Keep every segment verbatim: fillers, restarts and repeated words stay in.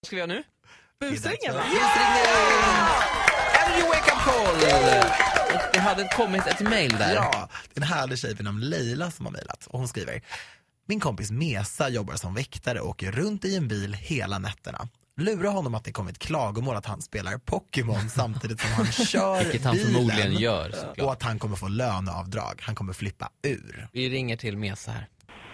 Ska vi göra nu? Busringen va? Energy Wake Up Call! Och det hade kommit ett mejl där. Ja, det är en härlig tjej vid namn Leila som har mejlat. Och hon skriver: min kompis Mesa jobbar som väktare och åker runt i en bil hela nätterna. Lura honom att det kommit klagomål att han spelar Pokémon samtidigt som han kör Vilket han bilen. förmodligen gör, såklart. Och att han kommer få löneavdrag. Han kommer flippa ur. Vi ringer till Mesa här.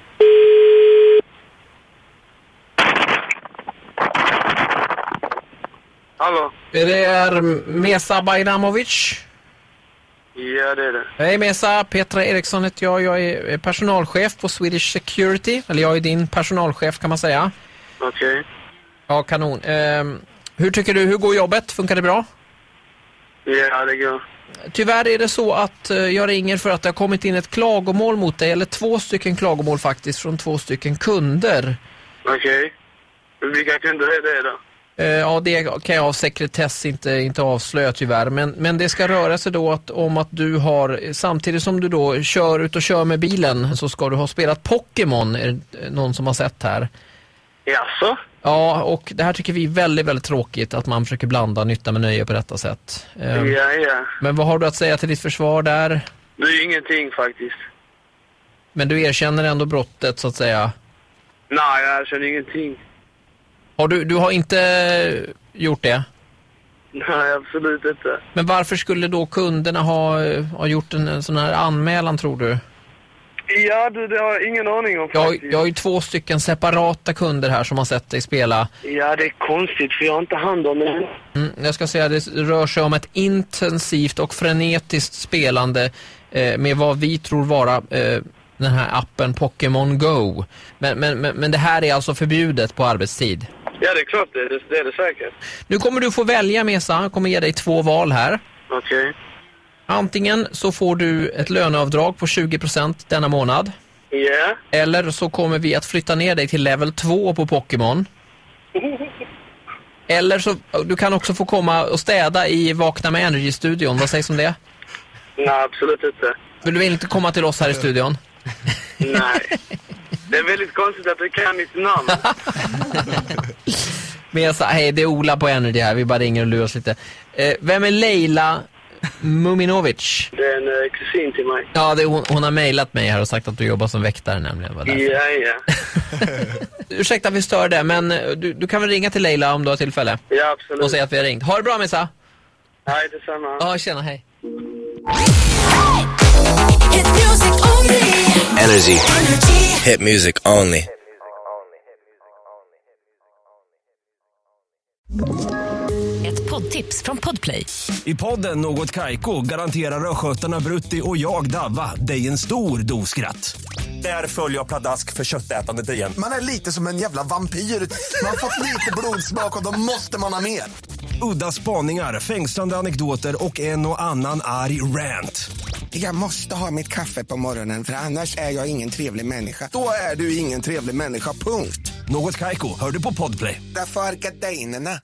Hallå? Det är Mesa Bajramovic. Ja, det är det. Hej Mesa, Petra Eriksson heter jag. Jag är personalchef på Swedish Security. Eller jag är din personalchef kan man säga. Okej. Okay. Ja, kanon. Ehm, hur tycker du, hur går jobbet? Funkar det bra? Ja, det går. Tyvärr är det så att uh, jag ringer för att det har kommit in ett klagomål mot dig. Eller två stycken klagomål faktiskt från två stycken kunder. Okej. Okay. Vilka kunder är det då? Uh, ja, det kan jag av sekretess inte, inte avslöja tyvärr. Men, men det ska röra sig då att, om att du har, samtidigt som du då kör ut och kör med bilen, så ska du ha spelat Pokémon, är det någon som har sett här. Jaså? Ja, och det här tycker vi är väldigt, väldigt tråkigt att man försöker blanda nytta med nöje på detta sätt. Um, ja, ja. Men vad har du att säga till ditt försvar där? Det är ingenting faktiskt. Men du erkänner ändå brottet så att säga? Nej, jag erkänner ingenting. Har du, du har inte gjort det? Nej, absolut inte. Men varför skulle då kunderna ha, ha gjort en, en sån här anmälan tror du? Ja, du, det har jag ingen aning om faktiskt. Jag, jag har ju två stycken separata kunder här som har sett dig spela. Ja, det är konstigt för jag har inte hand om det. Mm, jag ska säga att det rör sig om ett intensivt och frenetiskt spelande eh, med vad vi tror vara eh, den här appen Pokémon Go. Men, men, men, men det här är alltså förbjudet på arbetstid. Ja, det är klart det. Det, det är det säkert. Nu kommer du få välja, Mesa. Jag kommer ge dig två val här. Okej. Okay. Antingen så får du ett löneavdrag på tjugo procent denna månad. Ja. Yeah. Eller så kommer vi att flytta ner dig till level två på Pokémon. Eller så du kan också få komma och städa i Vakna med Energy-studion. Vad sägs om det? Nej, absolut inte. Vill du inte komma till oss här i studion? Nej. Det är väldigt konstigt att du kan mitt namn. Men jag sa, hej, det är Ola på Energy här. Vi bara ringer och lurar oss lite. Eh, vem är Leila Muminovic? Det är en uh, kusin till mig. Ja, det är hon, hon har mejlat mig här och sagt att du jobbar som väktare nämligen. Var ja, ja. Ursäkta att vi stör det, men du, du kan väl ringa till Leila om du har tillfälle? Ja, absolut. Och säga att vi har ringt. Ha det bra, Mesa. Hej, detsamma. Ja, tjena, hej. Energy. Hit music only. Ett poddtips från Podplay. I podden Något Kaiko garanterar röskötarna Brutti och jag Davva dig en stor doskratt. Där följer jag pladask för köttätandet igen. Man är lite som en jävla vampyr. Man har fått lite blodsmak och då måste man ha mer. Udda spaningar, fängslande anekdoter och en och annan arg rant. Jag måste ha mitt kaffe på morgonen för annars är jag ingen trevlig människa. Då är du ingen trevlig människa, punkt. Något Kaiko, hör du på Podplay. Därför är gardinerna.